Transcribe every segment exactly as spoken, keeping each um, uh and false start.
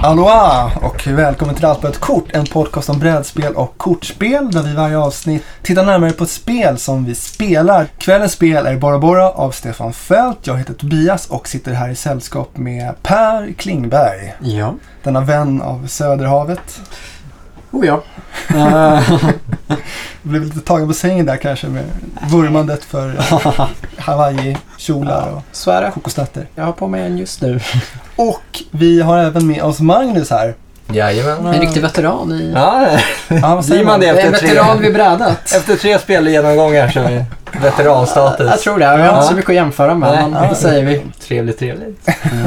Aloha och välkommen till Allt på ett kort, en podcast om brädspel och kortspel där vi varje avsnitt tittar närmare på ett spel som vi spelar. Kvällens spel är Bora Bora av Stefan Fält. Jag heter Tobias och sitter här i sällskap med Per Klingberg. Ja. Denna vän av Söderhavet. Oh ja. Jag blev lite tagen på sängen där kanske med vurmandet för Hawaii-kjolar och så är det. kokosnötter. Jag har på mig en just nu. Och vi har även med oss Magnus här. Jajamän. En riktig veteran i... Ja, Ja, vad säger man det En efter tre, veteran vid brädet. efter tre spelgenomgångar så är veteranstatus. Jag tror det. Jag har Ja. inte så mycket att jämföra med, Nej. men det säger vi. Trevligt, trevligt.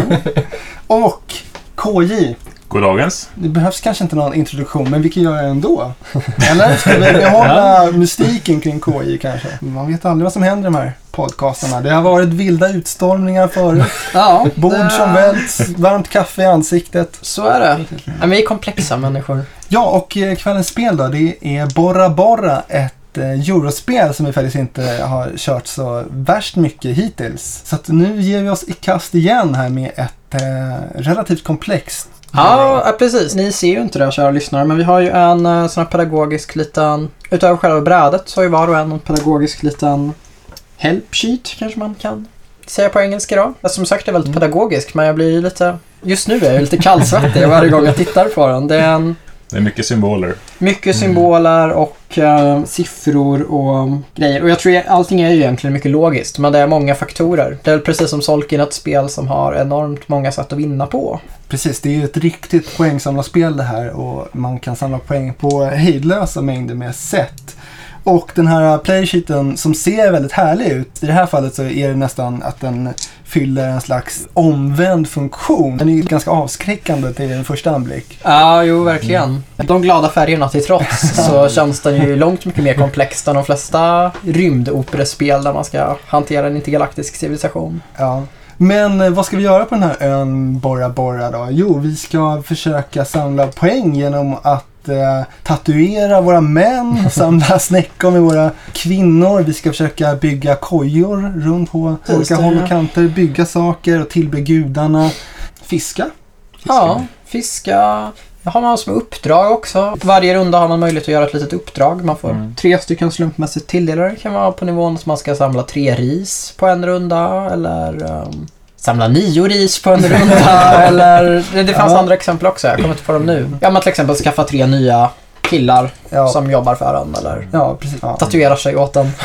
Och K J. Goddagens. Det behövs kanske inte någon introduktion, men vi kan göra det ändå. Eller ska vi behålla mystiken kring K J kanske? Man vet aldrig vad som händer i de här podcasterna. Det har varit vilda utstormningar förut. Ja, Bord det- som välts, varmt kaffe i ansiktet. Så är det. Men vi är komplexa människor. Ja, och eh, kvällens spel då, det är Bora Bora, ett eh, eurospel som vi faktiskt inte har kört så värst mycket hittills. Så att nu ger vi oss i kast igen här med ett eh, relativt komplext. Ja, ja, precis. Ni ser ju inte det, kära lyssnare, men vi har ju en eh, sån här pedagogisk liten... Utöver själva brädet så har ju var och en en pedagogisk liten help sheet, kanske man kan säga på engelska då. Alltså, som sagt, det är väldigt Mm. pedagogisk, men jag blir lite... Just nu är jag lite kallsvettig varje gång jag tittar på den. Det är en... Det är mycket symboler. Mycket symboler och uh, siffror och grejer. Och jag tror att allting är ju egentligen mycket logiskt, men det är många faktorer. Det är precis som Solkin, ett spel som har enormt många sätt att vinna på. Precis, det är ju ett riktigt poängsamlarspel det här och man kan samla poäng på hejdlösa mängder med sätt. Och den här playsheeten som ser väldigt härlig ut, i det här fallet så är det nästan att den fyller en slags omvänd funktion. Den är ju ganska avskräckande till en första anblick. Ja, jo, verkligen. De glada färgerna till trots så känns den ju långt mycket mer komplex än de flesta rymdoperespel där man ska hantera en intergalaktisk civilisation. Ja. Men eh, vad ska vi göra på den här ön Bora Bora då? Jo, vi ska försöka samla poäng genom att eh, tatuera våra män, samla snäckor med våra kvinnor. Vi ska försöka bygga kojor runt på olika håll och kanter, bygga saker och tillbe gudarna. Fiska. Ja, fiska. Det har man som uppdrag också. Varje runda har man möjlighet att göra ett litet uppdrag. Man får Mm. tre stycken slumpmässigt tilldelare. Det kan vara på nivån som man ska samla tre ris på en runda. Eller um, samla nio ris på en runda. eller det, det fanns Ja. andra exempel också. Jag kommer inte på dem nu. Ja, man till exempel skaffa tre nya killar Ja, som jobbar för en. Eller ja precis. Ja. tatuerar sig åt en.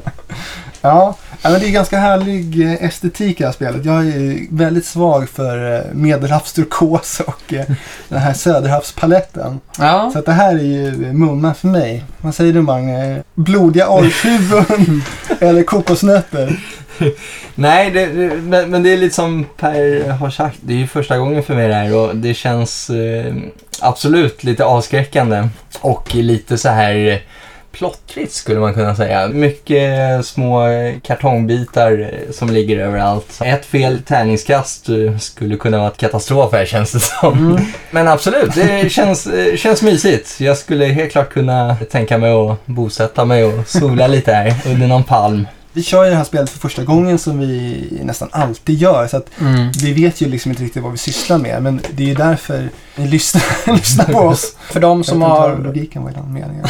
Ja, ja, men det är ganska härlig eh, estetik i det här spelet. Jag är väldigt svag för eh, medelhavsturkos och eh, den här söderhavspaletten. Ja. Så att det här är ju mumma för mig. Vad säger du, Magne? Blodiga orkhuvuden eller kokosnötter? Nej, det, det, men, men det är lite som Per har sagt. Det är ju första gången för mig det här och det känns eh, absolut lite avskräckande. Och lite så här plottrigt skulle man kunna säga. Mycket små kartongbitar som ligger överallt. Ett fel tärningskast skulle kunna vara ett katastrof här, känns det som. Mm. Men absolut, det känns, känns mysigt. Jag skulle helt klart kunna tänka mig att bosätta mig och sola lite här under någon palm. Vi kör ju det här spelet för första gången som vi nästan alltid gör. Så att Mm. vi vet ju liksom inte riktigt vad vi sysslar med. Men det är ju därför ni lyssnar, lyssnar på oss. För de som Jag vet inte har... vad logiken var i den meningen.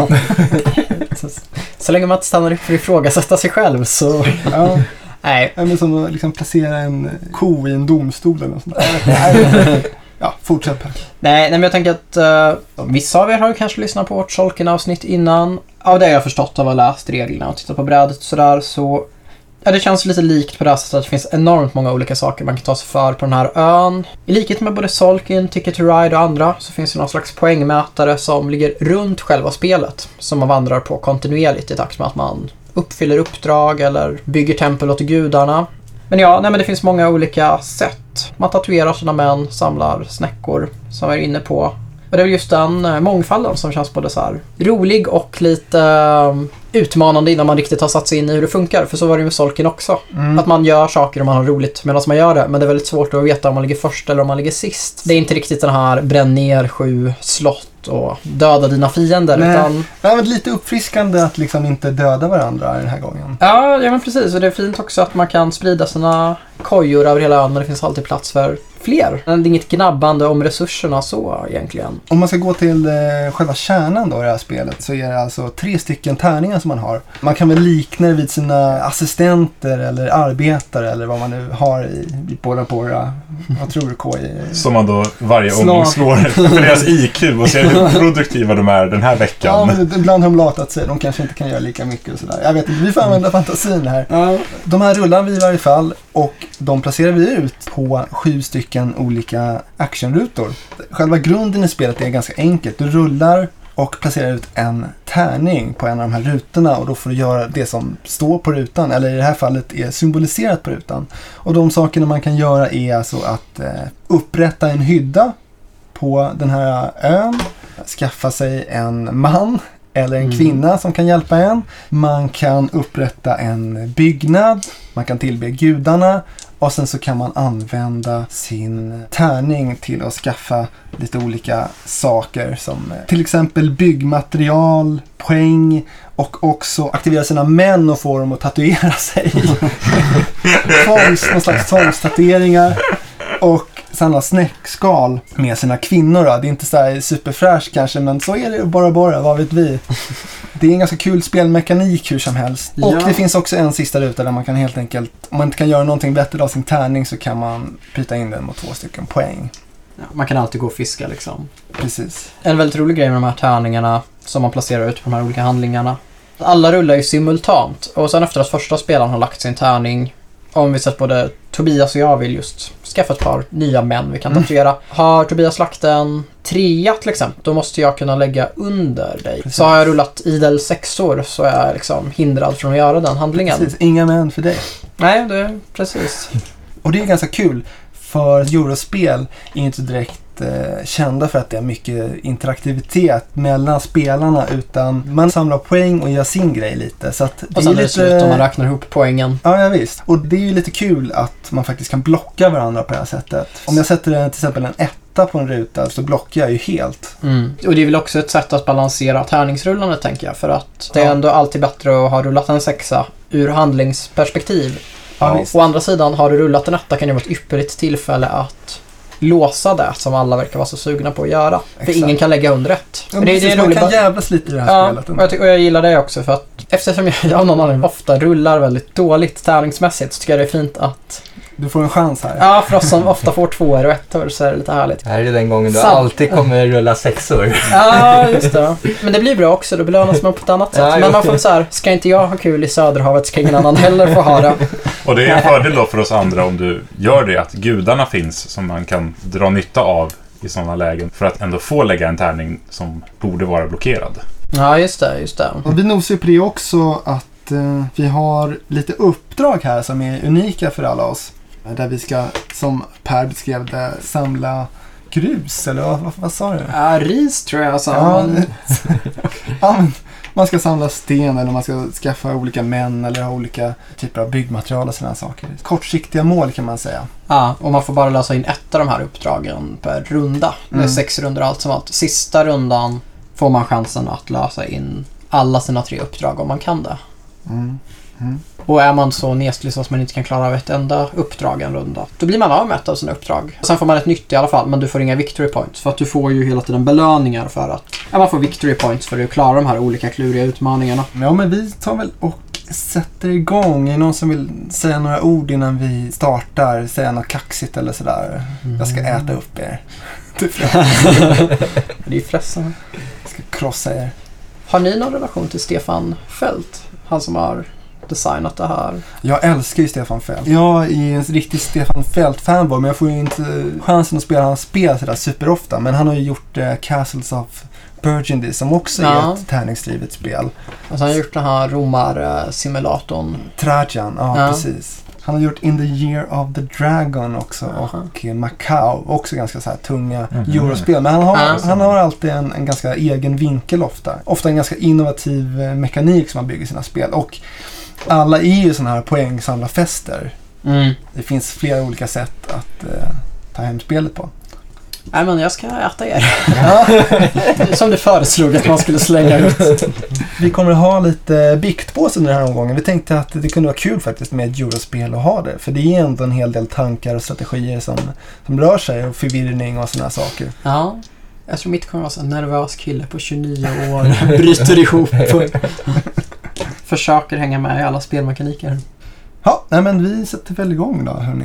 Så, så länge man inte stannar upp för att ifrågasätta sig själv så... Ja. Nej. Ja, men som att liksom placera en ko i en domstol eller något sånt där. Ja, fortsätt. Nej, nej, men jag tänker att uh, vissa av er har kanske lyssnat på vårt Solkin-avsnitt innan. Av det jag har förstått av att ha läst reglerna och tittat på brädet och sådär, så... Ja, det känns lite likt på det här sättet att det finns enormt många olika saker man kan ta sig för på den här ön. I likhet med både Solkin, Ticket to Ride och andra så finns det någon slags poängmätare som ligger runt själva spelet. Som man vandrar på kontinuerligt i takt med att man uppfyller uppdrag eller bygger tempel åt gudarna. Men ja, nej, men det finns många olika sätt. Man tatuerar sina män, samlar snäckor som jag är inne på. Och det är just den eh, mångfalden som känns både så här rolig och lite eh, utmanande innan man riktigt har satt sig in i hur det funkar. För så var det med Solkin också. Mm. Att man gör saker och man har roligt medan man gör det. Men det är väldigt svårt att veta om man ligger först eller om man ligger sist. Det är inte riktigt den här bränn ner sju slott och döda dina fiender. Nej. Utan... Ja, men lite uppfriskande att liksom inte döda varandra den här gången. Ja, ja, men precis. Och det är fint också att man kan sprida sina kojor över hela ön. Men det finns alltid plats för fler. Det är inget gnabbande om resurserna så egentligen. Om man ska gå till eh, själva kärnan då i det här spelet så är det alltså tre stycken tärningar som man har. Man kan väl likna det vid sina assistenter eller arbetare eller vad man nu har i, i båda Bora. Vad tror du K i? Som man då varje Slag. omgång slår för deras I Q och ser hur produktiva de är den här veckan. Ja, men ibland har de latat sig. De kanske inte kan göra lika mycket och sådär. Jag vet inte, vi får använda fantasin här. Ja. De här rullar vi i varje fall och de placerar vi ut på sju stycken olika actionrutor. Själva grunden i spelet är ganska enkelt. Du rullar och placerar ut en tärning på en av de här rutorna och då får du göra det som står på rutan, eller i det här fallet är symboliserat på rutan. Och de sakerna man kan göra är alltså att eh, upprätta en hydda på den här ön, skaffa sig en man eller en Mm. kvinna som kan hjälpa en. Man kan upprätta en byggnad, man kan tillbe gudarna och sen så kan man använda sin tärning till att skaffa lite olika saker som eh, till exempel byggmaterial, poäng och också aktivera sina män och få dem att tatuera sig. Tvångs, någon slags tvångstatueringar och samla snäckskal med sina kvinnor då. Det är inte så här superfräscht kanske, men så är det bara bara, vad vet vi. Det är en ganska kul spelmekanik hur som helst. Ja. Och det finns också en sista ruta där man kan helt enkelt, om man inte kan göra någonting bättre av sin tärning så kan man byta in den mot två stycken poäng. Ja, man kan alltid gå och fiska liksom. Precis. En väldigt rolig grej med de här tärningarna som man placerar ut på de här olika handlingarna. Alla rullar ju simultant och sen efter att första spelaren har lagt sin tärning, om vi sett både Tobias och jag vill just skaffa ett par nya män vi kan tatuera. Mm. Har Tobias lagt en trea till exempel, då måste jag kunna lägga under dig. Precis. Så har jag rullat idel sexor så är jag liksom hindrad från att göra den handlingen. Precis, inga män för dig. Nej, det är precis. Och det är ganska kul för Eurospel är inte direkt eh, kända för att det är mycket interaktivitet mellan spelarna utan man samlar poäng och gör sin grej lite. Så att det Och sen är är det lite... slut om man räknar ihop poängen. Ja, ja, visst. Och det är ju lite kul att man faktiskt kan blocka varandra på det här sättet. Om jag sätter en, till exempel en etta på en ruta så blockar jag ju helt. Mm. Och det är väl också ett sätt att balansera tärningsrullandet tänker jag. För att det är Ja. ändå alltid bättre att ha rullat en sexa ur handlingsperspektiv. Ja, Ja, visst. å andra sidan, har du rullat en etta kan det vara ett ypperligt tillfälle att låsa det som alla verkar vara så sugna på att göra. För Exakt. ingen kan lägga under ett. Ja, Men det, precis, det är man roligt kan bara- jävlas lite i det här Ja, spelet. och jag, ty- och jag gillar det också för att eftersom jag av någon anledning ofta rullar väldigt dåligt tärningsmässigt så tycker jag det är fint att Du får en chans här. ja, för oss som ofta får tvåor och ettor så är det lite härligt. Det här är den gången du Sant. alltid kommer rulla sexor. Ja, just det. Men det blir bra också, då belönas man på ett annat sätt. Ja, Men man jo. får så här, ska inte jag ha kul i Söderhavet ska ingen annan heller få ha det. Och det är en fördel då för oss andra om du gör det att gudarna finns som man kan dra nytta av i sådana lägen för att ändå få lägga en tärning som borde vara blockerad. Ja, just det, just det. Och vi nosar ju på det också att eh, vi har lite uppdrag här som är unika för alla oss. Där vi ska, som Per beskrev det, samla grus, eller vad, vad, vad sa du? Ja, ris tror jag sa. Ja, men- ja, men man ska samla sten eller man ska skaffa olika män eller ha olika typer av byggmaterial och sådana saker. Kortsiktiga mål kan man säga. Ja, och man får bara lösa in ett av de här uppdragen per runda. Det är Mm. sex runder allt som allt. Sista rundan får man chansen att lösa in alla sina tre uppdrag om man kan det. Mm. Mm. Och är man så neslig så att man inte kan klara av ett enda uppdrag en runda, då blir man av med ett av sina uppdrag. Sen får man ett nytt i alla fall, men du får inga victory points. För att du får ju hela tiden belöningar för att ja, man får victory points för att klara de här olika kluriga utmaningarna. Ja, men vi tar väl och sätter igång. Är det någon som vill säga några ord innan vi startar? Säga något kaxigt eller sådär? Jag ska äta upp er. Det är ju frestande. Jag ska krossa er. Har ni någon relation till Stefan Fält? Han som har designat det här. Jag älskar ju Stefan Fält. Jag är en riktig Stefan Fält-fanboy, men jag får ju inte chansen att spela hans spel sådär superofta. Men han har ju gjort eh, Castles of Burgundy som också Ja. är ett tärningsdrivet spel. Alltså han har gjort den här Romar-simulatorn. Trajan, ja, Ja. precis. Han har gjort In the Year of the Dragon också Aha. och eh, Macau, också ganska så här tunga Mhm. eurospel. Men han har, Ja. han har alltid en, en ganska egen vinkel ofta. Ofta en ganska innovativ eh, mekanik som han bygger sina spel. Och alla är ju sådana här poängsamlarfester. Mm. Det finns flera olika sätt att eh, ta hem spelet på. Nej, men jag ska äta er. Ja. Som det föreslog att man skulle slänga ut. Vi kommer att ha lite biktpåse under den här omgången. Vi tänkte att det kunde vara kul faktiskt med ett eurospel att ha det. För det är ändå en hel del tankar och strategier som, som rör sig och förvirring och sådana saker. Ja, jag tror mitt kommer vara så en nervös kille på tjugonio år. Bryter ihop. Försöker hänga med i alla spelmekaniker. Ja, nej men vi sätter väl igång då, hörni.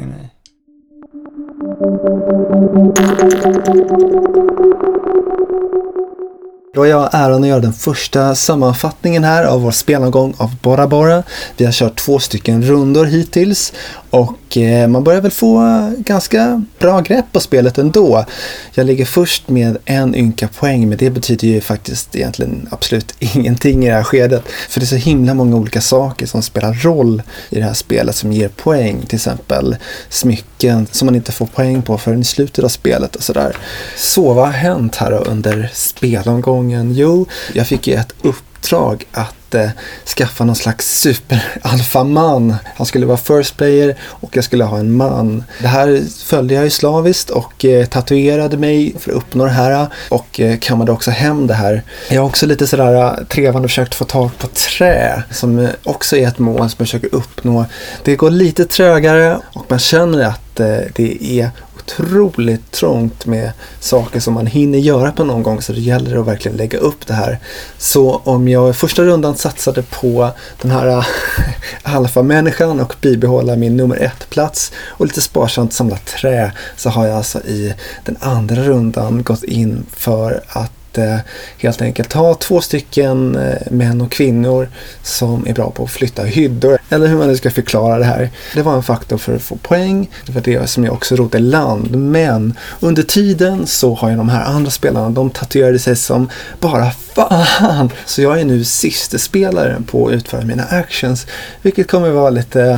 Då har jag äran att göra den första sammanfattningen här av vår spelomgång av Bora Bora. Vi har kört två stycken rundor hittills och eh, man börjar väl få ganska bra grepp på spelet ändå. Jag ligger först med en ynka poäng, men det betyder ju faktiskt egentligen absolut ingenting i det här skedet. För det är så himla många olika saker som spelar roll i det här spelet som ger poäng. Till exempel smycken som man inte får poäng på förrän i slutet av spelet och sådär. Så vad har hänt här då under spelomgången? Jo, jag fick ju ett uppdrag att eh, skaffa någon slags super-alfa-man. Han skulle vara first player och jag skulle ha en man. Det här följde jag ju slaviskt och eh, tatuerade mig för att uppnå det här och eh, kammade också hem det här. Jag har också lite sådär trevande försökt få tag på trä som eh, också är ett mål som jag försöker uppnå. Det går lite trögare och man känner att eh, det är otroligt trångt med saker som man hinner göra på någon gång, så det gäller att verkligen lägga upp det här. Så om jag i första rundan satsade på den här alfa-människan och bibehålla min nummer ett plats och lite sparsamt samla trä, så har jag alltså i den andra rundan gått in för att helt enkelt ha två stycken män och kvinnor som är bra på att flytta hyddor, eller hur man nu ska förklara det här. Det var en faktor för att få poäng. Det var det som jag också rodde land, men under tiden så har ju de här andra spelarna, de tatuerade sig som bara fan. Så jag är nu sista spelaren på att utföra mina actions, vilket kommer vara lite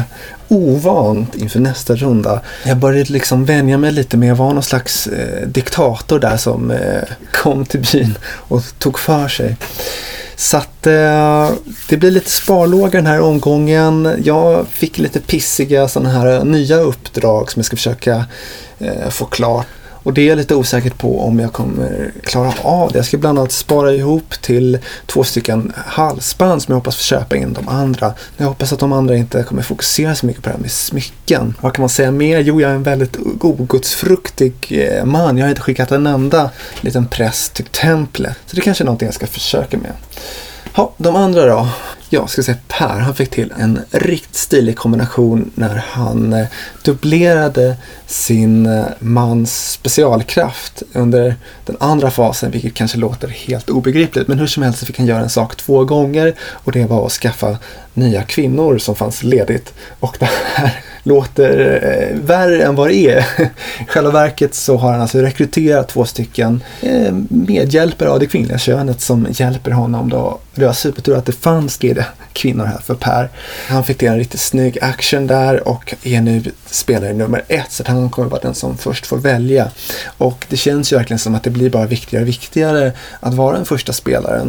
ovant inför nästa runda. Jag började liksom vänja mig lite med att vara någon slags eh, diktator där som eh, kom till byn och tog för sig. Så att eh, det blir lite sparlåga den här omgången. Jag fick lite pissiga sådana här nya uppdrag som jag ska försöka eh, få klart. Och det är jag lite osäkert på om jag kommer klara av det. Jag ska bland annat spara ihop till två stycken halsband som jag hoppas få köpa in de andra. Jag hoppas att de andra inte kommer fokusera så mycket på det här med smycken. Vad kan man säga mer? Jo, jag är en väldigt ogudsfruktig man. Jag har inte skickat en enda liten präst till templet. Så det är kanske är någonting jag ska försöka med. Ja, de andra då. Jag ska säga Per, han fick till en riktigt stilig kombination när han eh, dubblerade sin eh, mans specialkraft under den andra fasen, vilket kanske låter helt obegripligt, men hur som helst så fick han göra en sak två gånger, och det var att skaffa nya kvinnor som fanns ledigt, och det här låter eh, värre än vad det är. I själva verket så har han alltså rekryterat två stycken eh, medhjälpare av det kvinnliga könet som hjälper honom då. Det var supertur att det fanns det kvinnor här för Per. Han fick till en riktigt snygg action där och är nu spelare nummer ett, så att han kommer vara den som först får välja. Och det känns ju verkligen som att det blir bara viktigare och viktigare att vara den första spelaren.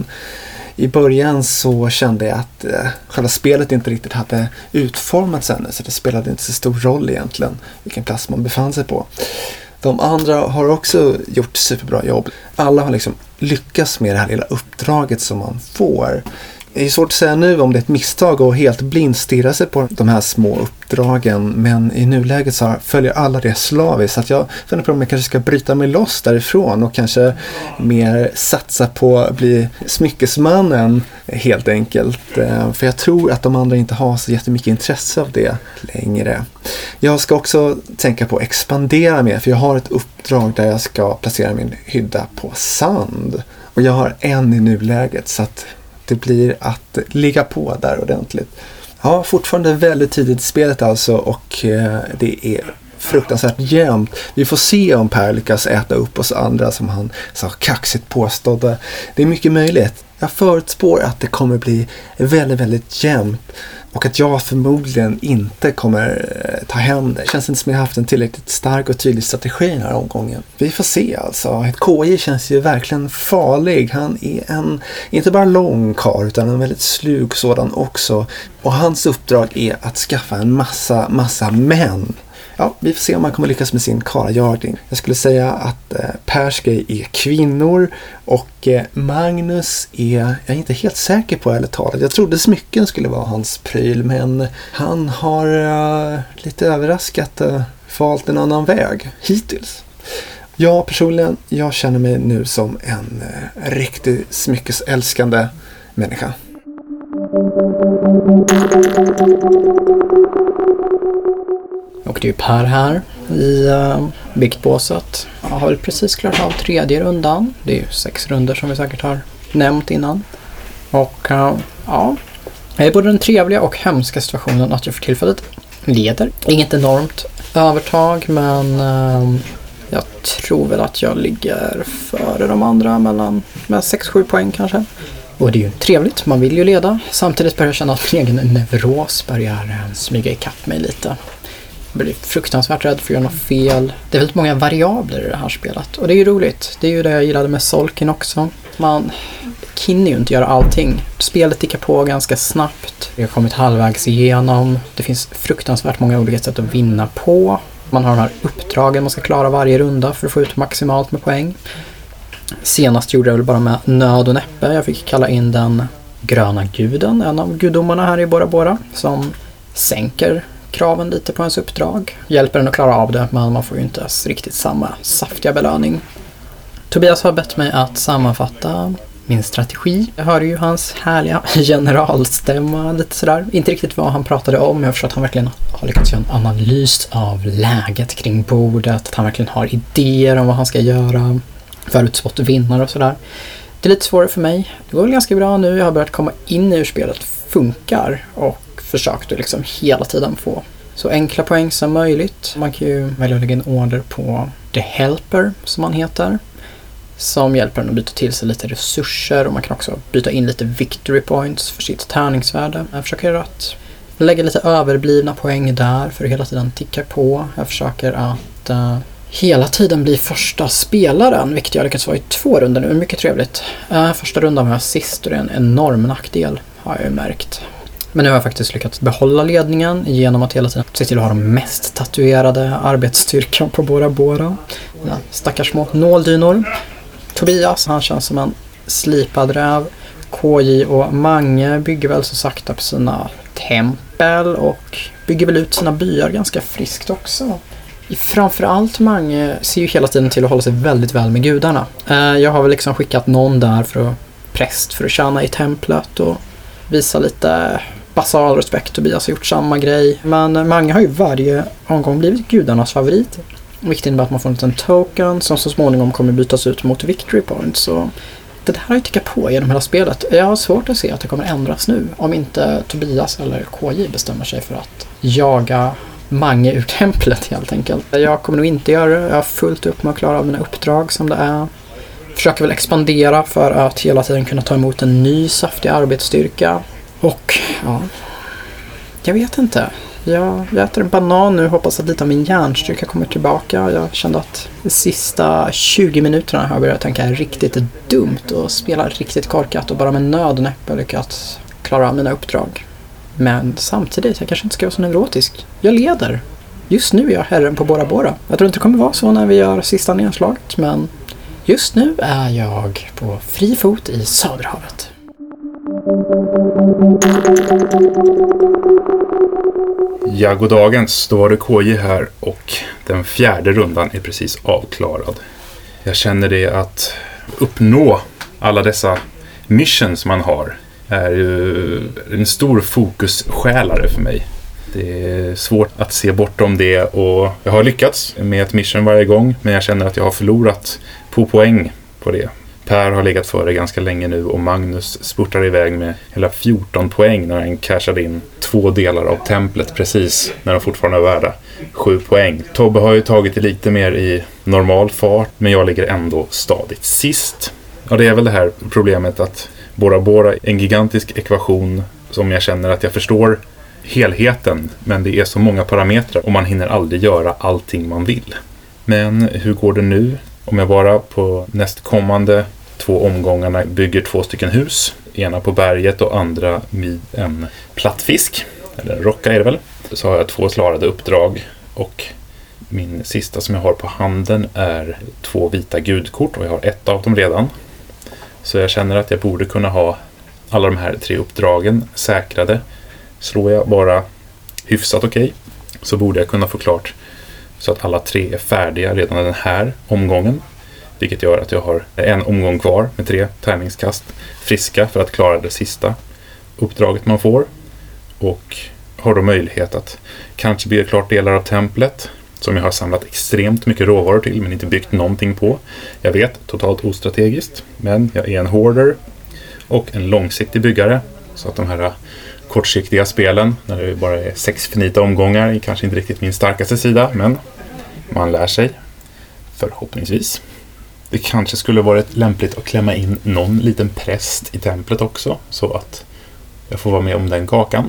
I början så kände jag att eh, själva spelet inte riktigt hade utformats ännu, så det spelade inte så stor roll egentligen vilken plats man befann sig på. De andra har också gjort superbra jobb. Alla har liksom lyckats med det här lilla uppdraget som man får. Det är svårt att säga nu om det är ett misstag och helt blindstirra sig på de här små uppdragen, men i nuläget så följer alla det slaviskt, så att jag funderar på om jag kanske ska bryta mig loss därifrån och kanske mer satsa på att bli smyckesmannen helt enkelt, för jag tror att de andra inte har så jättemycket intresse av det längre. Jag ska också tänka på att expandera mer, för jag har ett uppdrag där jag ska placera min hydda på sand, och jag har en i nuläget, så att det blir att ligga på där ordentligt. Ja, fortfarande väldigt tidigt i spelet alltså, och eh, det är fruktansvärt jämnt. Vi får se om Per lyckas äta upp oss andra som han så kaxigt påstådde. Det är mycket möjligt. Jag förutspår att det kommer bli väldigt, väldigt jämnt. Och att jag förmodligen inte kommer ta hem det. Det känns inte som jag har haft en tillräckligt stark och tydlig strategi i den här omgången. Vi får se alltså. Ett K I känns ju verkligen farlig. Han är en, inte bara lång karl, utan en väldigt slug sådan också. Och hans uppdrag är att skaffa en massa, massa män. ja, vi får se om han kommer lyckas med sin karajagning. Jag skulle säga att eh, Pers grej är kvinnor och eh, Magnus är, jag är inte helt säker på ärligt talat. Jag trodde smycken skulle vara hans pryl, men han har eh, lite överraskat eh, valt en annan väg hittills. Jag personligen, jag känner mig nu som en eh, riktigt smyckesälskande människa. Och det är ju Per här i uh, Biktbåset. Jag har väl precis klarat av tredje rundan. Det är ju sex runder som vi säkert har nämnt innan. Och uh, ja, det är både den trevliga och hemska situationen att jag för tillfället leder. Inget enormt övertag, men uh, jag tror väl att jag ligger före de andra mellan med sex sju poäng kanske. Och det är ju trevligt, man vill ju leda. Samtidigt börjar jag känna att min egen neuros börjar uh, smyga ikapp mig lite. Jag blir fruktansvärt rädd för att göra något fel. Det är väldigt många variabler i det här spelet. Och det är ju roligt. Det är ju det jag gillade med Solkin också. Man hinner ju inte göra allting. Spelet tickar på ganska snabbt. Vi har kommit halvvägs igenom. Det finns fruktansvärt många olika sätt att vinna på. Man har de här uppdragen man ska klara varje runda för att få ut maximalt med poäng. Senast gjorde jag väl bara med nöd och näppe. Jag fick kalla in den gröna guden, en av gudomarna här i Bora Bora, som sänker kraven lite på ens uppdrag. Hjälper en att klara av det, men man får ju inte ens riktigt samma saftiga belöning. Tobias har bett mig att sammanfatta min strategi. Jag hör ju hans härliga generalstämma lite sådär. Inte riktigt vad han pratade om. Jag förstår att han verkligen har lyckats göra en analys av läget kring bordet. Att han verkligen har idéer om vad han ska göra. Förutspått vinnare och sådär. Det är lite svårare för mig. Det går väl ganska bra nu. Jag har börjat komma in i hur spelet funkar och försökt att liksom hela tiden få så enkla poäng som möjligt. Man kan ju välja att lägga en order på The Helper, som man heter, som hjälper en att byta till sig lite resurser, och man kan också byta in lite victory points för sitt tärningsvärde. Jag försöker att lägga lite överblivna poäng där för att hela tiden ticka på. Jag försöker att uh, hela tiden bli första spelaren, vilket jag lyckats vara i två runder nu. Mycket trevligt. Uh, första rundan var jag sist och det är en enorm nackdel, har jag ju märkt. Men nu har jag faktiskt lyckats behålla ledningen genom att hela tiden se till att ha de mest tatuerade arbetsstyrkan på Bora Bora. Ja, stackars små nåldynor. Tobias, han känns som en slipad räv. K J och Mange bygger väl så sakta på sina tempel och bygger väl ut sina byar ganska friskt också. Framförallt Mange ser ju hela tiden till att hålla sig väldigt väl med gudarna. Jag har väl liksom skickat någon där för att präst för att tjäna i templet och visa lite basal respekt. Tobias har gjort samma grej. Men Mange har ju varje omgång blivit gudarnas favorit. Vilket innebär att man får en liten token som så småningom kommer bytas ut mot victory points. Så det här har ju tickat på genom hela spelet. Jag har svårt att se att det kommer ändras nu. Om inte Tobias eller K J bestämmer sig för att jaga Mange ur templet helt enkelt. Jag kommer nog inte göra det. Jag har fullt upp med att klara av mina uppdrag som det är. Försöker väl expandera för att hela tiden kunna ta emot en ny saftig arbetsstyrka. Och ja, jag vet inte. Jag, jag äter en banan nu, hoppas att lite av min hjärnstyrka kommer tillbaka. Jag kände att de sista tjugo minuterna har jag börjat tänka riktigt dumt och spela riktigt korkat och bara med nöd och näppe lyckats klara av mina uppdrag. Men samtidigt, jag kanske inte ska vara så neurotisk. Jag leder. Just nu är jag herren på Bora Bora. Jag tror inte det kommer vara så när vi gör sista nedslaget, men just nu är jag på fri fot i Söderhavet. Ja, goddagens. Då var det K J här och den fjärde rundan är precis avklarad. Jag känner det att uppnå alla dessa missions man har är ju en stor fokussjälare för mig. Det är svårt att se bortom det och jag har lyckats med ett mission varje gång, men jag känner att jag har förlorat på poäng på det. Per har legat före ganska länge nu och Magnus spurtar iväg med hela fjorton poäng när han cashade in två delar av templet precis när de fortfarande är värda sju poäng. Tobbe har ju tagit det lite mer i normal fart, men jag ligger ändå stadigt sist. Ja, det är väl det här problemet att Bora Bora är en gigantisk ekvation som jag känner att jag förstår helheten, men det är så många parametrar och man hinner aldrig göra allting man vill. Men hur går det nu? Om jag bara på nästkommande två omgångarna bygger två stycken hus, ena på berget och andra vid en plattfisk, eller en rocka är det väl, så har jag två klarade uppdrag och Min sista som jag har på handen är två vita gudkort och jag har ett av dem redan. Så jag känner att jag borde kunna ha alla de här tre uppdragen säkrade. Slår jag bara hyfsat okej okay, så borde jag kunna få klart så att alla tre är färdiga redan den här omgången. Vilket gör att jag har en omgång kvar med tre tärningskast friska för att klara det sista uppdraget man får. Och har då möjlighet att kanske bygga klart delar av templet som jag har samlat extremt mycket råvaror till men inte byggt någonting på. Jag vet, totalt ostrategiskt, men jag är en hoarder och en långsiktig byggare. Så att de här kortsiktiga spelen, när det bara är sex finita omgångar, är kanske inte riktigt min starkaste sida, men man lär sig. Förhoppningsvis. Det kanske skulle varit lämpligt att klämma in någon liten präst i templet också, så att jag får vara med om den kakan.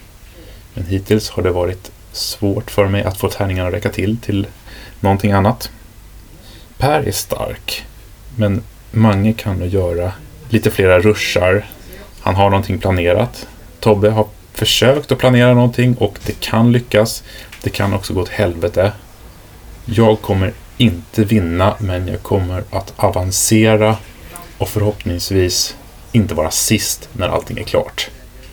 Men hittills har det varit svårt för mig att få tärningarna att räcka till till någonting annat. Per är stark, men Mange kan nog göra lite flera rushar. Han har någonting planerat. Tobbe har försökt att planera någonting och det kan lyckas. Det kan också gå åt helvete. Jag kommer inte vinna, men jag kommer att avancera och förhoppningsvis inte vara sist när allting är klart.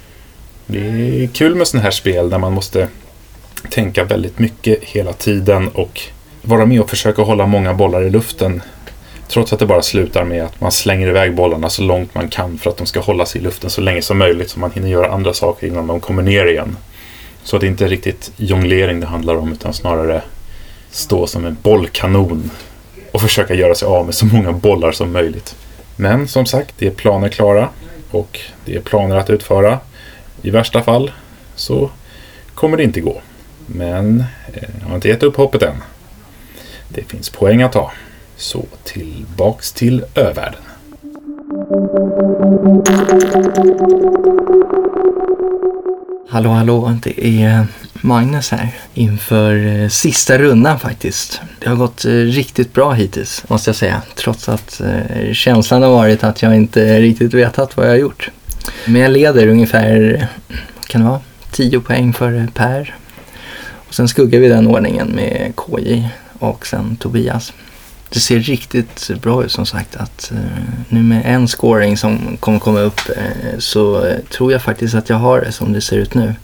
Det är kul med sådana här spel där man måste tänka väldigt mycket hela tiden och vara med och försöka hålla många bollar i luften, trots att det bara slutar med att man slänger iväg bollarna så långt man kan för att de ska hålla sig i luften så länge som möjligt så man hinner göra andra saker innan de kommer ner igen. Så det är inte riktigt jonglering det handlar om, utan snarare stå som en bollkanon och försöka göra sig av med så många bollar som möjligt. Men som sagt, det är planer klara och det är planer att utföra. I värsta fall så kommer det inte gå. Men jag har inte gett upp hoppet än. Det finns poäng att ta. Så tillbaks till övärlden. Hallå, hallå. Det är Magnus här. Inför sista rundan faktiskt. Det har gått riktigt bra hittills, måste jag säga. Trots att känslan har varit att jag inte riktigt vetat vad jag har gjort. Men jag leder ungefär, kan det vara, tio poäng för Per. Och sen skuggar vi den ordningen med K J och sen Tobias. Det ser riktigt bra ut som sagt att uh, nu med en scoring som kommer komma upp uh, så uh, tror jag faktiskt att jag har det som det ser ut nu.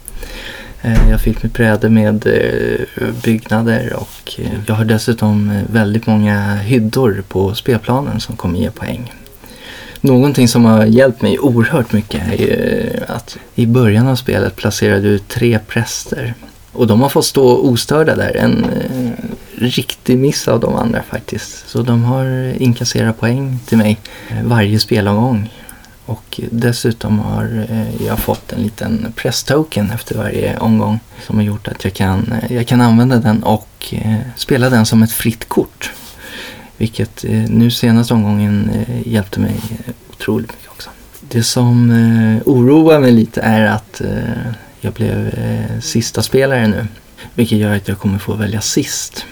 Uh, jag fick mitt bräde med uh, byggnader och uh, jag har dessutom uh, väldigt många hyddor på spelplanen som kommer ge poäng. Någonting som har hjälpt mig oerhört mycket är ju att i början av spelet placerade du tre präster. Och de har fått stå ostörda där. En eh, riktig miss av de andra faktiskt. Så de har inkasserat poäng till mig eh, varje spelomgång. Och dessutom har eh, jag fått en liten prästtoken efter varje omgång. Som har gjort att jag kan, eh, jag kan använda den och eh, spela den som ett fritt kort. Vilket eh, nu senaste omgången eh, hjälpte mig eh, otroligt mycket också. Det som eh, oroar mig lite är att eh, jag blev eh, sista spelare nu. Vilket gör att jag kommer få välja sist.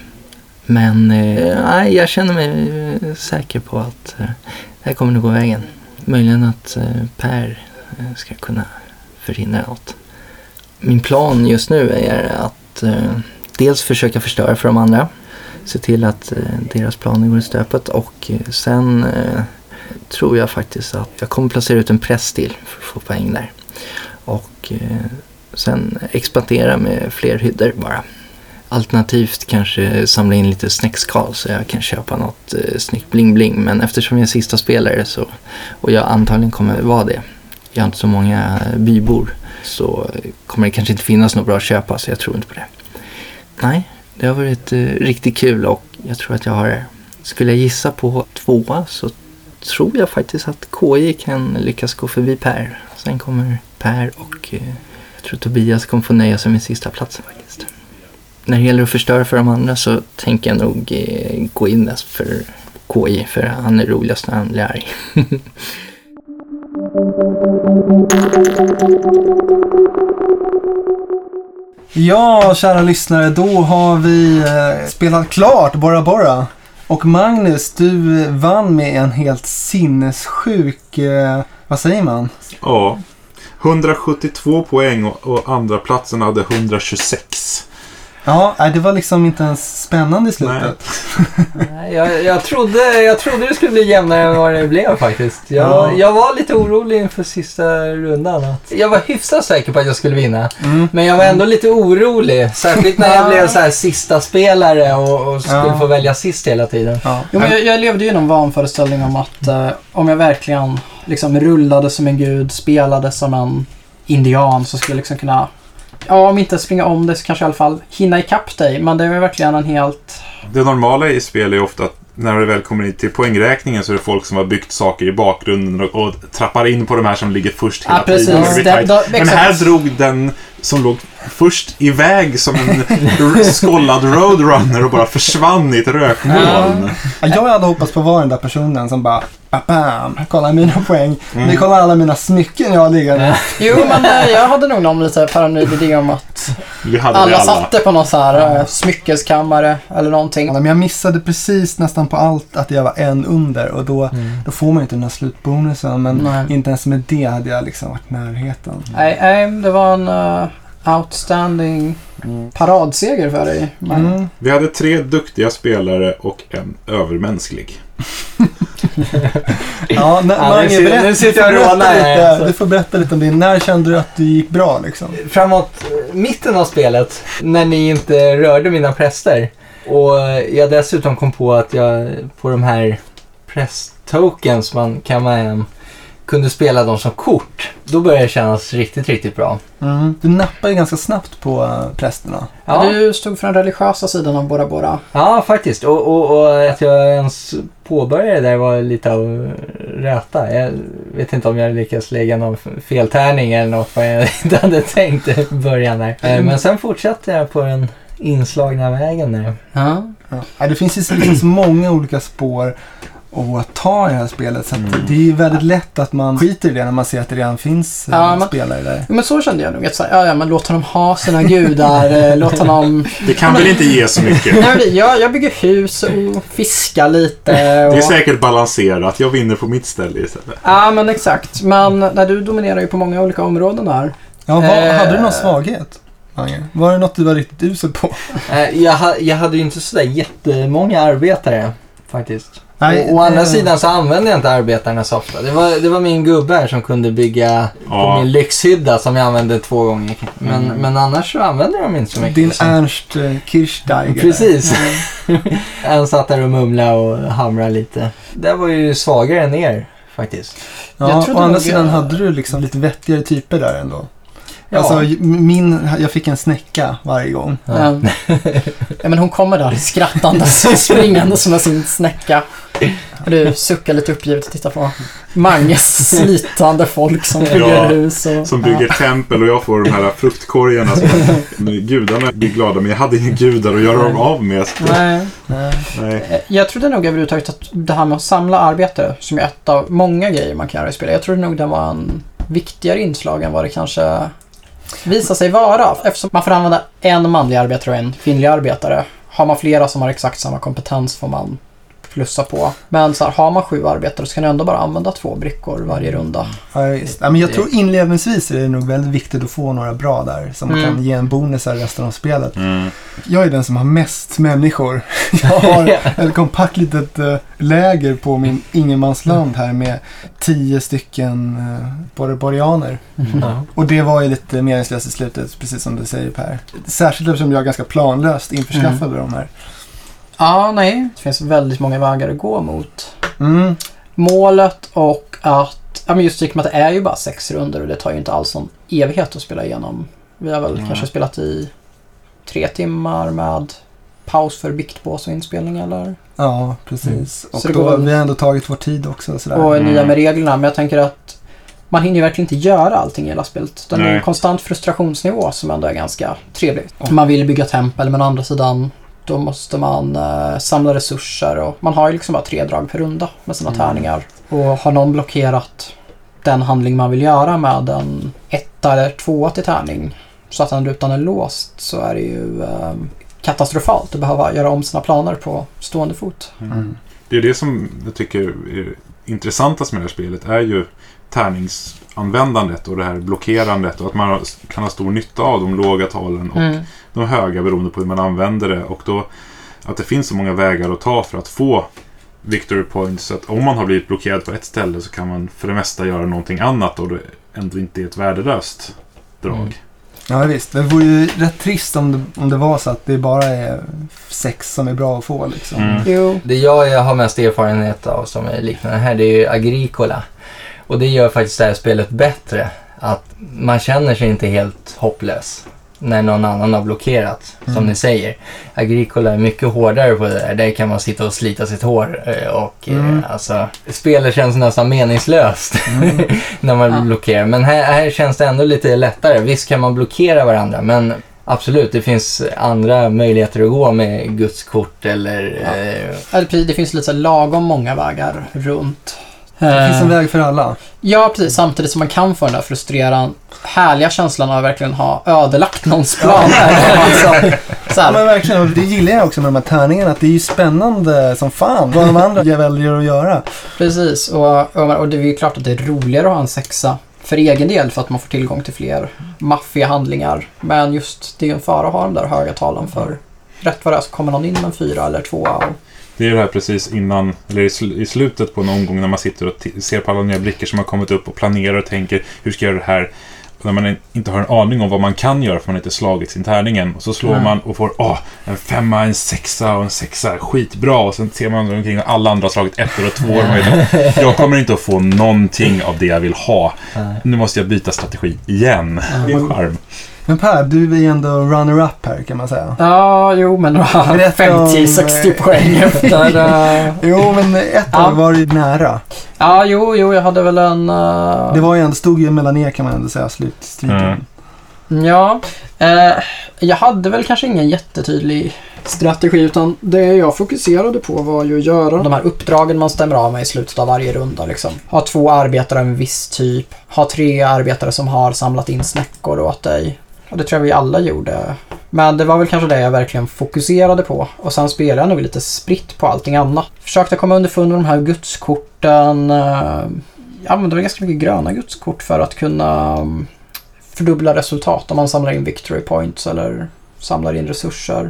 Men eh, jag känner mig eh, säker på att eh, det här kommer nog gå vägen. Möjligen att eh, Per eh, ska kunna förhindra något. Min plan just nu är att eh, dels försöka förstöra för de andra. Se till att eh, deras planer går i stöpet. Och eh, sen eh, tror jag faktiskt att jag kommer placera ut en press till för att få poäng där. Och eh, sen expandera med fler hyddor bara. Alternativt kanske samla in lite snäckskal så jag kan köpa något eh, snyggt bling bling. Men eftersom jag är sista spelare så, och jag antagligen kommer vara det. Jag har inte så många bybor så kommer det kanske inte finnas något bra att köpa, så jag tror inte på det. Nej, det har varit eh, riktigt kul och jag tror att jag har, skulle jag gissa på tvåa så tror jag faktiskt att K J kan lyckas gå förbi Per. Sen kommer Per och eh, jag tror Tobias kommer få nöja sig med sista platsen faktiskt. När det gäller att förstöra för de andra så tänker jag nog eh, gå in där för K J, för han är roligast när han blir arg. Ja, kära lyssnare, då har vi eh, spelat klart Bora Bora. Och Magnus, du vann med en helt sinnessjuk, eh, vad säger man? Ja, hundrasjuttiotvå poäng och, och andra platsen hade hundratjugosex. Ja, det var liksom inte ens spännande i slutet. Nej, jag, jag, trodde, jag trodde det skulle bli jämnare än vad det blev faktiskt. Jag, Ja. jag var lite orolig inför sista rundan. Att jag var hyfsat säker på att jag skulle vinna. Mm. Men jag var ändå lite orolig. Särskilt när jag blev så här sista spelare och, och skulle Ja. få välja sist hela tiden. Ja. Jo, men jag, jag levde ju i någon vanföreställning om att eh, om jag verkligen liksom rullade som en gud, spelade som en indian, så skulle jag liksom kunna, ja, om inte springa om det så kanske i alla fall hinna ikapp dig. Men det är verkligen en helt... Det normala i spel är ofta att när det väl kommer in till poängräkningen så är det folk som har byggt saker i bakgrunden och, och trappar in på de här som ligger först hela Ja, precis. tiden. Det blir Det- tajt. då- Men exakt. här drog den som låg först iväg som en r- skollad roadrunner och bara försvann i ett rökmoln. Ja, jag hade hoppats på att vara den där personen som bara bam, kolla mina poäng. Mm. Ni kollar alla mina smycken jag har liggande. Jo, men eh, jag hade nog någon lite paranoid idé om att Vi hade alla det alla. satte på någon så här eh, smyckeskammare eller någonting. Men jag missade precis nästan på allt att jag var en under och då, då får man ju inte den här slutbonusen. Men Nej. inte ens med det hade jag liksom varit i närheten. Nej, nej, det var en uh, outstanding paradseger för dig. Men, Mm. Vi hade tre duktiga spelare och en övermänsklig. Ja, när, Ja, Mange, nu sitter- berätta- nu sitter jag du och får rånar berätta här, lite- alltså. Du får berätta lite om det. När kände du att det gick bra liksom? Framåt mitten av spelet, när ni inte rörde mina präster. Och jag dessutom kom på att jag på de här prästtokens man kan man kunde spela dem som kort. Då började det kännas riktigt, riktigt bra. Mm. Du nappade ju ganska snabbt på uh, prästerna. Ja, Du stod för den religiösa sidan av Bora Bora. ja faktiskt. Och, och, och att jag ens påbörjade där var lite av räta. Jag vet inte om jag lyckades lägga någon feltärning eller något vad jag inte hade tänkt i början där. Eh, Men sen fortsatte jag på den inslagna vägen där. Ja. Ja, det finns ju så, liksom så många olika spår att ta i det här spelet. Så att det är ju väldigt lätt att man skiter i det när man ser att det redan finns Ja, uh, men- spelare där. Men så kände jag nog. Att så här, ja, ja, men låt honom ha sina gudar. eh, låt honom... Det kan väl inte ge så mycket. Nej, men jag, jag bygger hus och fiskar lite. Och... Det är säkert balanserat. Jag vinner på mitt ställe istället. Ja, men exakt. Men när du dominerar ju på många olika områden där. Ja, vad, Eh. hade du någon svaghet, Mange? Var det något du var riktigt usel på? Eh, Jag, ha, jag hade ju inte sådär jättemånga arbetare faktiskt. Nej, Å, å andra eh, sidan så använde jag inte arbetarna så ofta. Det var, det var min gubbe här som kunde bygga på Ja. min lyxhydda som jag använde två gånger. Men, men annars så använde de inte så mycket. Din så. Ernst uh, Kirchsteiger. Precis. Han satt där och mumlade och hamrade lite. Det var ju svagare än er faktiskt. Jag Ja, trodde å andra nog sidan jag- hade du liksom lite vettigare typer där ändå. Ja. Alltså, min, jag fick en snäcka varje gång. Ja. Ja. Ja, men hon kommer där skrattandes och springande som en sin snäcka. Och du suckar lite uppgivet och tittar på Manges slitande folk som bygger Ja, hus. Och, Som bygger tempel och jag får de här fruktkorgarna som gudarna blir glada men jag hade inga gudar att göra dem av med. Så, Nej. nej. Jag trodde nog överhuvudtaget att det här med att samla arbetare, som är ett av många grejer man kan göra i spel. Jag trodde nog det var en viktigare inslag än vad det kanske visar sig vara. Eftersom man får använda en manlig arbetare och en kvinnlig arbetare. Har man flera som har exakt samma kompetens får man plussa på. Men så här, har man sju arbetare så kan du ändå bara använda två brickor varje runda. Ja, visst. Ja, men jag tror inledningsvis är det nog väldigt viktigt att få några bra där som Mm. kan ge en bonus här resten av spelet. Mm. Jag är den som har mest människor. Jag har ett kompakt litet uh, läger på min ingenmansland här med tio stycken uh, borreborianer. Ja. Och det var ju lite meningslöst i slutet, precis som du säger Per. Särskilt eftersom jag ganska planlöst införskaffade de här. Ja, nej. Det finns väldigt många vägar att gå mot Mm. målet och att, ja men just tycker man att det är ju bara sex runder och det tar ju inte alls någon evighet att spela igenom. Vi har väl Mm. kanske spelat i tre timmar med paus för biktpås och inspelning eller? Ja, precis. Så Och det då, går väl- vi har ändå tagit vår tid också. och Sådär. Och Mm. nya med reglerna, men jag tänker att man hinner ju verkligen inte göra allting i hela spelet. Den är Nej. en konstant frustrationsnivå som ändå är ganska trevlig. Man vill bygga tempel, men å andra sidan då måste man eh, samla resurser och man har ju liksom bara tre drag per runda med sina Mm. tärningar. Och har någon blockerat den handling man vill göra med en etta eller tvåa till tärning så att den rutan är låst så är det ju eh, katastrofalt att behöva göra om sina planer på stående fot. Mm. Det är det som jag tycker är intressantast med det här spelet är ju tärningsanvändandet och det här blockerandet och att man kan ha stor nytta av de låga talen och mm. de höga beroende på hur man använder det, och då att det finns så många vägar att ta för att få victory points, så att om man har blivit blockerad på ett ställe så kan man för det mesta göra någonting annat och det ändå inte är ett värdelöst drag. Mm. Ja visst, det vore ju rätt trist om det, om det var så att det bara är sex som är bra att få liksom. Mm. Jo. Det jag, jag har mest erfarenhet av som är liknande här, det är ju Agricola. Och det gör faktiskt det här spelet bättre. Att man känner sig inte helt hopplös när någon annan har blockerat, som mm. ni säger. Agricola är mycket hårdare på det där. Där kan man sitta och slita sitt hår. Och mm. eh, alltså, spelet känns nästan meningslöst mm. när man ja. blockerar. Men här, här känns det ändå lite lättare. Visst kan man blockera varandra, men absolut, det finns andra möjligheter att gå med gudskort eller... Ja. Eh, det finns lite lagom många vägar runt. Det finns en väg för alla. Ja, precis. Samtidigt som man kan få den där frustrerande, härliga känslan av att verkligen ha ödelagt någons planer. alltså, så här. Ja, men verkligen. Och det gillar jag också med de här tärningarna. Att det är ju spännande som fan vad de andra väljer att göra. Precis. Och, och, och det är ju klart att det är roligare att ha en sexa för egen del för att man får tillgång till fler maffiga handlingar. Men just det är en fara att ha de där höga talen för rätt vad det är så kommer någon in med en fyra eller två och det är det här precis innan, eller i, sl- i slutet på en omgång när man sitter och t- ser på alla nya blickar som har kommit upp och planerar och tänker hur ska jag göra det här, och när man inte har en aning om vad man kan göra för man inte slagit sin tärningen, och så slår mm. man och får åh, en femma, en sexa och en sexa, skitbra, och sen ser man omkring och alla andra har slagit ettor och två mm. jag kommer inte att få någonting av det jag vill ha, mm. nu måste jag byta strategi igen. Mm. Det är en charm. Men Per, du är ju ändå runner-up här kan man säga. Ja, jo, men femtio sextio poäng efter... Uh... jo, men ett ja. år var ju nära. Ja, jo, jo, jag hade väl en... Uh... Det var ju ändå, stod ju mellan er kan man ändå säga, slutstriden. Mm. Ja, eh, jag hade väl kanske ingen jättetydlig strategi, utan det jag fokuserade på var ju att göra de här uppdragen man stämmer av med i slutet av varje runda. Liksom. Ha två arbetare av en viss typ, ha tre arbetare som har samlat in snäckor åt dig. Och det tror jag vi alla gjorde. Men det var väl kanske det jag verkligen fokuserade på. Och sen spelade jag nog lite spritt på allting annat. Försökte komma underfund med de här gudskorten. Ja, men det var ganska mycket gröna gudskort för att kunna fördubbla resultat om man samlar in victory points eller samlar in resurser.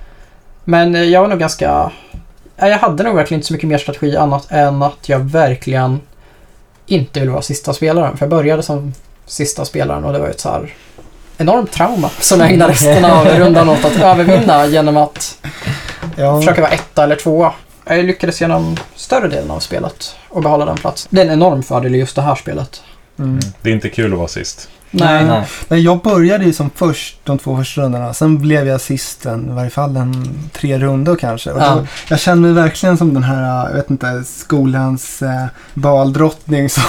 Men jag var nog ganska... Jag hade nog verkligen inte så mycket mer strategi annat än att jag verkligen inte ville vara sista spelaren. För jag började som sista spelaren och det var ett så här enormt trauma som jag ägnade resten av rundan åt att övervinna genom att ja. försöka vara etta eller tvåa. Jag lyckades genom större delen av spelet och behålla den plats. Det är en enorm fördel i just det här spelet. Mm. Det är inte kul att vara sist. Nej. Nej. Nej, jag började ju som först de två första rundorna. Sen blev jag sist en, i varje fall en tre rundor kanske. Och ja. då, jag kände mig verkligen som den här, jag vet inte, skolans eh, baldrottning som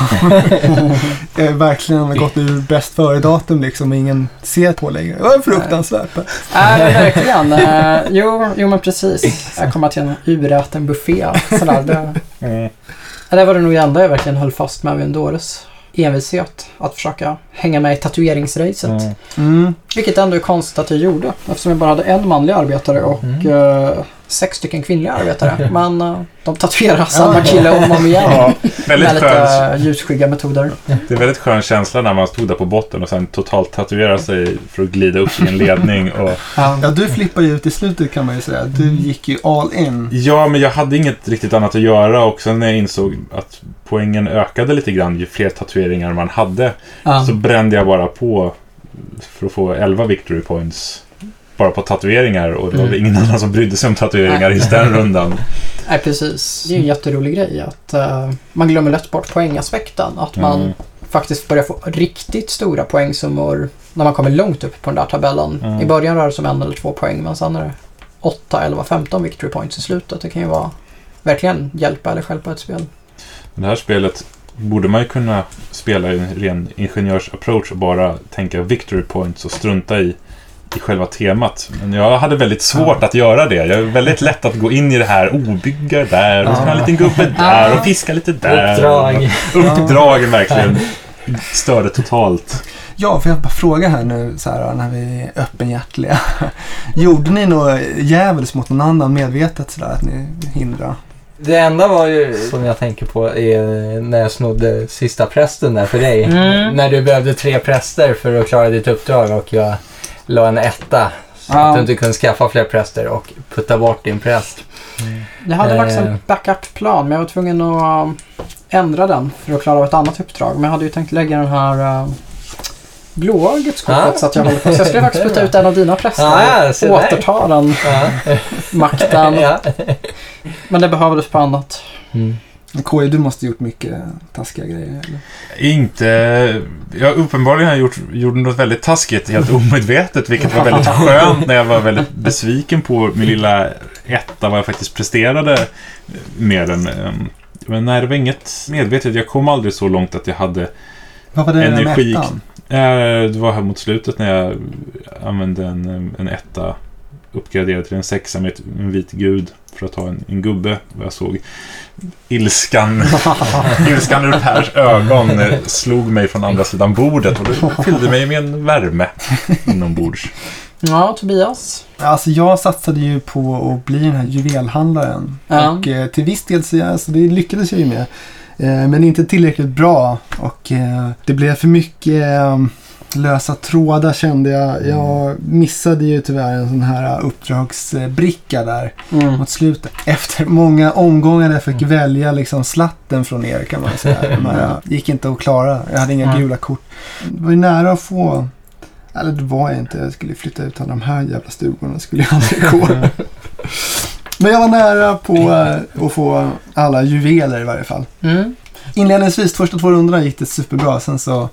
eh, verkligen har gått ur bäst före datum liksom och ingen ser på längre. Det var fruktansvärt. Nej, äh, verkligen. Uh, jo, jo, men precis. Jag kommer till en uräten buffé. Sådär. Det, mm. det var det nog enda jag verkligen höll fast med Vendores. Envishet att försöka hänga med i tatueringsracet. Mm. Mm. Vilket ändå är konstigt att jag gjorde. Eftersom jag bara hade en manlig arbetare och mm. uh, sex stycken kvinnliga arbetare. Men uh, de tatuerar samma kille om och om igen. Ja, med lite uh, ljusskygga metoder. Det är väldigt skön känsla när man stod där på botten och sen totalt tatuerar sig för att glida upp i en ledning. Och... Ja, du flippade ju ut i slutet kan man ju säga. Du gick ju all in. Ja, men jag hade inget riktigt annat att göra och sen när jag insåg att poängen ökade lite grann ju fler tatueringar man hade mm. så brände jag bara på för att få elva victory points bara på tatueringar och det var mm. ingen annan som brydde sig om tatueringar i den rundan. Nej, precis. Det är en jätterolig grej att uh, man glömmer lätt bort poängaspekten. Att man mm. faktiskt börjar få riktigt stora poängsummor när man kommer långt upp på den där tabellen. Mm. I början rör det som en eller två poäng men sen är det åtta, elva, femton victory points i slutet. Det kan ju vara verkligen hjälpa eller stjälpa ett spel. Det här spelet borde man ju kunna spela i en ren ingenjörs-approach och bara tänka victory points och strunta i, i själva temat. Men jag hade väldigt svårt ja. att göra det. Jag är väldigt lätt att gå in i det här obyggar där och så en liten gubbe där och fiska lite där. Uppdrag. Uppdragen verkligen störde totalt. Ja, för jag bara fråga här nu så här, när vi är öppenhjärtliga. Gjorde ni något jävels mot någon annan medvetet sådär att ni hindrar? Det enda var ju, som jag tänker på, är när jag snodde sista prästen där för dig. Mm. När du behövde tre präster för att klara ditt uppdrag och jag la en etta. Så Ja. att du inte kunde skaffa fler präster och putta bort din präst. Jag hade Eh. faktiskt en backup-plan, men jag var tvungen att um, ändra den för att klara av ett annat uppdrag. Men jag hade ju tänkt lägga den här uh, blåa gudskortet Ah. så att jag håller på. Så jag skulle faktiskt putta ut en av dina präster Ah, ja, se och där. återta den Ja. makten. Ja. Men det behövdes på annat. Mm. K J, du måste ha gjort mycket taskiga grejer. Eller? Inte... Jag uppenbarligen har gjort, gjort något väldigt taskigt, helt omedvetet, vilket var väldigt skönt när jag var väldigt besviken på min lilla etta, vad jag faktiskt presterade med den. Men nej, det var inget medvetet. Jag kom aldrig så långt att jag hade Vad var det med energi. ettan? Eh, Det var här mot slutet när jag använde en, en etta, uppgraderad till en sexa med en vit gud för att ta en, en gubbe. Jag såg ilskan ilskan ur Pers ögon eh, slog mig från andra sidan bordet och det fyllde mig med en värme inombords. Ja, Tobias. Alltså jag satsade ju på att bli den här juvelhandlaren. Ja. Och eh, till viss del så alltså, det lyckades jag ju med. Eh, men inte tillräckligt bra. Och eh, det blev för mycket eh, lösa trådar kände jag. Jag missade ju tyvärr en sån här uppdragsbricka där Mm. mot slutet. Efter många omgångar där jag fick välja liksom slatten från er kan man säga. De här gick inte att klara. Jag hade inga Mm. gula kort. Det var ju nära att få... Eller det var jag inte. Jag skulle flytta ut av de här jävla stugorna. Det skulle jag aldrig gå. Men jag var nära på eh, att få alla juveler i varje fall. Mm. Inledningsvis, första två rundorna gick det superbra. Sen så...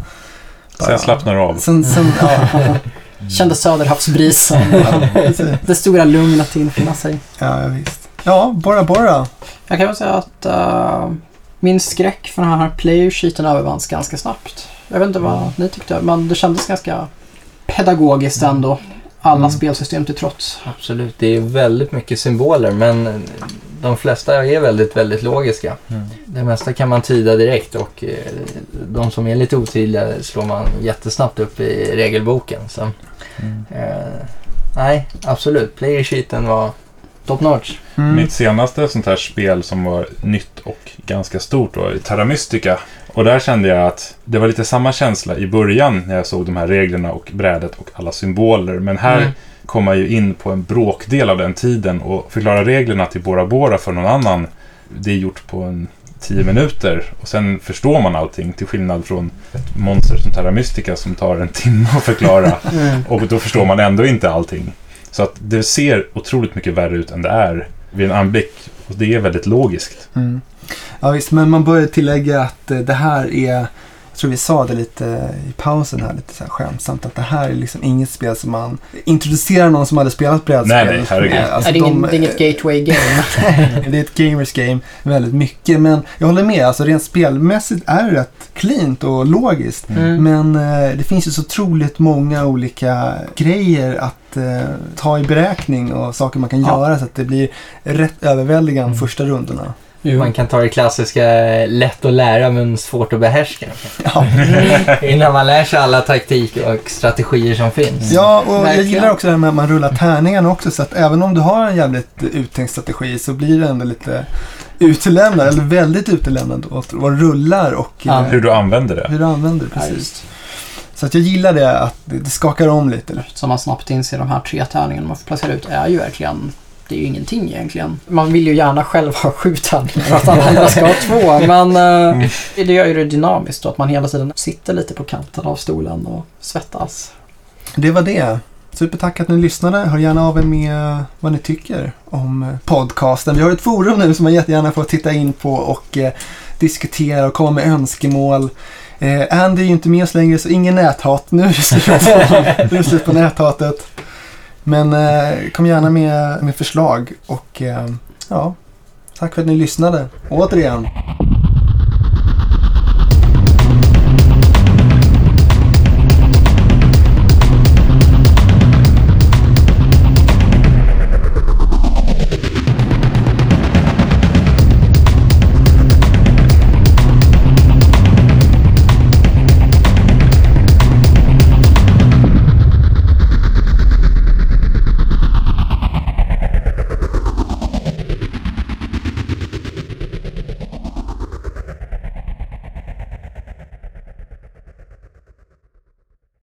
Så jag slappnar av. Sen, sen, ja, Kände söderhavsbrisen. ja, precis. Det stora lugnet infinna sig. Ja, visst. Ja, Bora Bora. Jag kan väl säga att uh, min skräck för den här player-sheeten övervanns ganska snabbt. Jag vet inte vad ni tyckte, men det kändes ganska pedagogiskt ändå. Alla Mm. spelsystem till trots. Absolut, det är väldigt mycket symboler men de flesta är väldigt, väldigt logiska. Mm. Det mesta kan man tyda direkt och eh, de som är lite otydliga slår man jättesnabbt upp i regelboken. Så, Mm. eh, nej, absolut. Player-sheeten var top notch. Mm. Mitt senaste sånt här spel som var nytt och ganska stort var Terra Mystica. Och där kände jag att det var lite samma känsla i början när jag såg de här reglerna och brädet och alla symboler. Men här Mm. kom man ju in på en bråkdel av den tiden och förklara reglerna till Bora Bora för någon annan. Det är gjort på en tio minuter och sen förstår man allting till skillnad från ett monster som Terra Mystica som tar en timme att förklara Mm. och då förstår man ändå inte allting. Så att det ser otroligt mycket värre ut än det är vid en anblick och det är väldigt logiskt. Mm. Ja visst, men man börjar tillägga att eh, det här är, jag tror vi sa det lite i pausen här, lite så här skämtsamt, att det här är liksom inget spel som man introducerar någon som hade spelat brädspel. Nej, nej, herregud. Eh, alltså är det, ingen, de- det är inget gateway game. det är ett gamers game väldigt mycket, men jag håller med, alltså rent spelmässigt är det rätt cleant och logiskt. Mm. Men eh, det finns ju så otroligt många olika grejer att eh, ta i beräkning och saker man kan Ja. göra så att det blir rätt överväldigande Mm. första rundorna. Man kan ta det klassiska lätt att lära men svårt att behärska. Ja. Innan man lär sig alla taktik och strategier som finns. Ja, och jag Verkligen. gillar också det här med att man rullar tärningarna också, så att även om du har en jävligt uttänkt strategi så blir det ändå lite utelämnad, eller väldigt utelämnad åt vad du rullar och Ja. eh, Hur du använder det. hur du använder det, Ja, precis. just. Så att jag gillar det, att det, det skakar om lite. Som man snabbt inser, de här tre tärningarna man får placera ut är ju verkligen, det är ju ingenting egentligen. Man vill ju gärna själv ha sju tärningar att alla andra ska ha två, men eh, det gör ju det dynamiskt och att man hela tiden sitter lite på kanten av stolen och svettas. Det var det. Supertack att ni lyssnade. Hör gärna av er med vad ni tycker om podcasten. Vi har ett forum nu som man jättegärna får titta in på och eh, diskutera och komma med önskemål. Eh, Andy är ju inte med oss längre, så ingen näthat. Nu är det slut, nu är det slut på näthatet. Men eh, kom gärna med, med förslag och eh, ja, tack för att ni lyssnade. Återigen.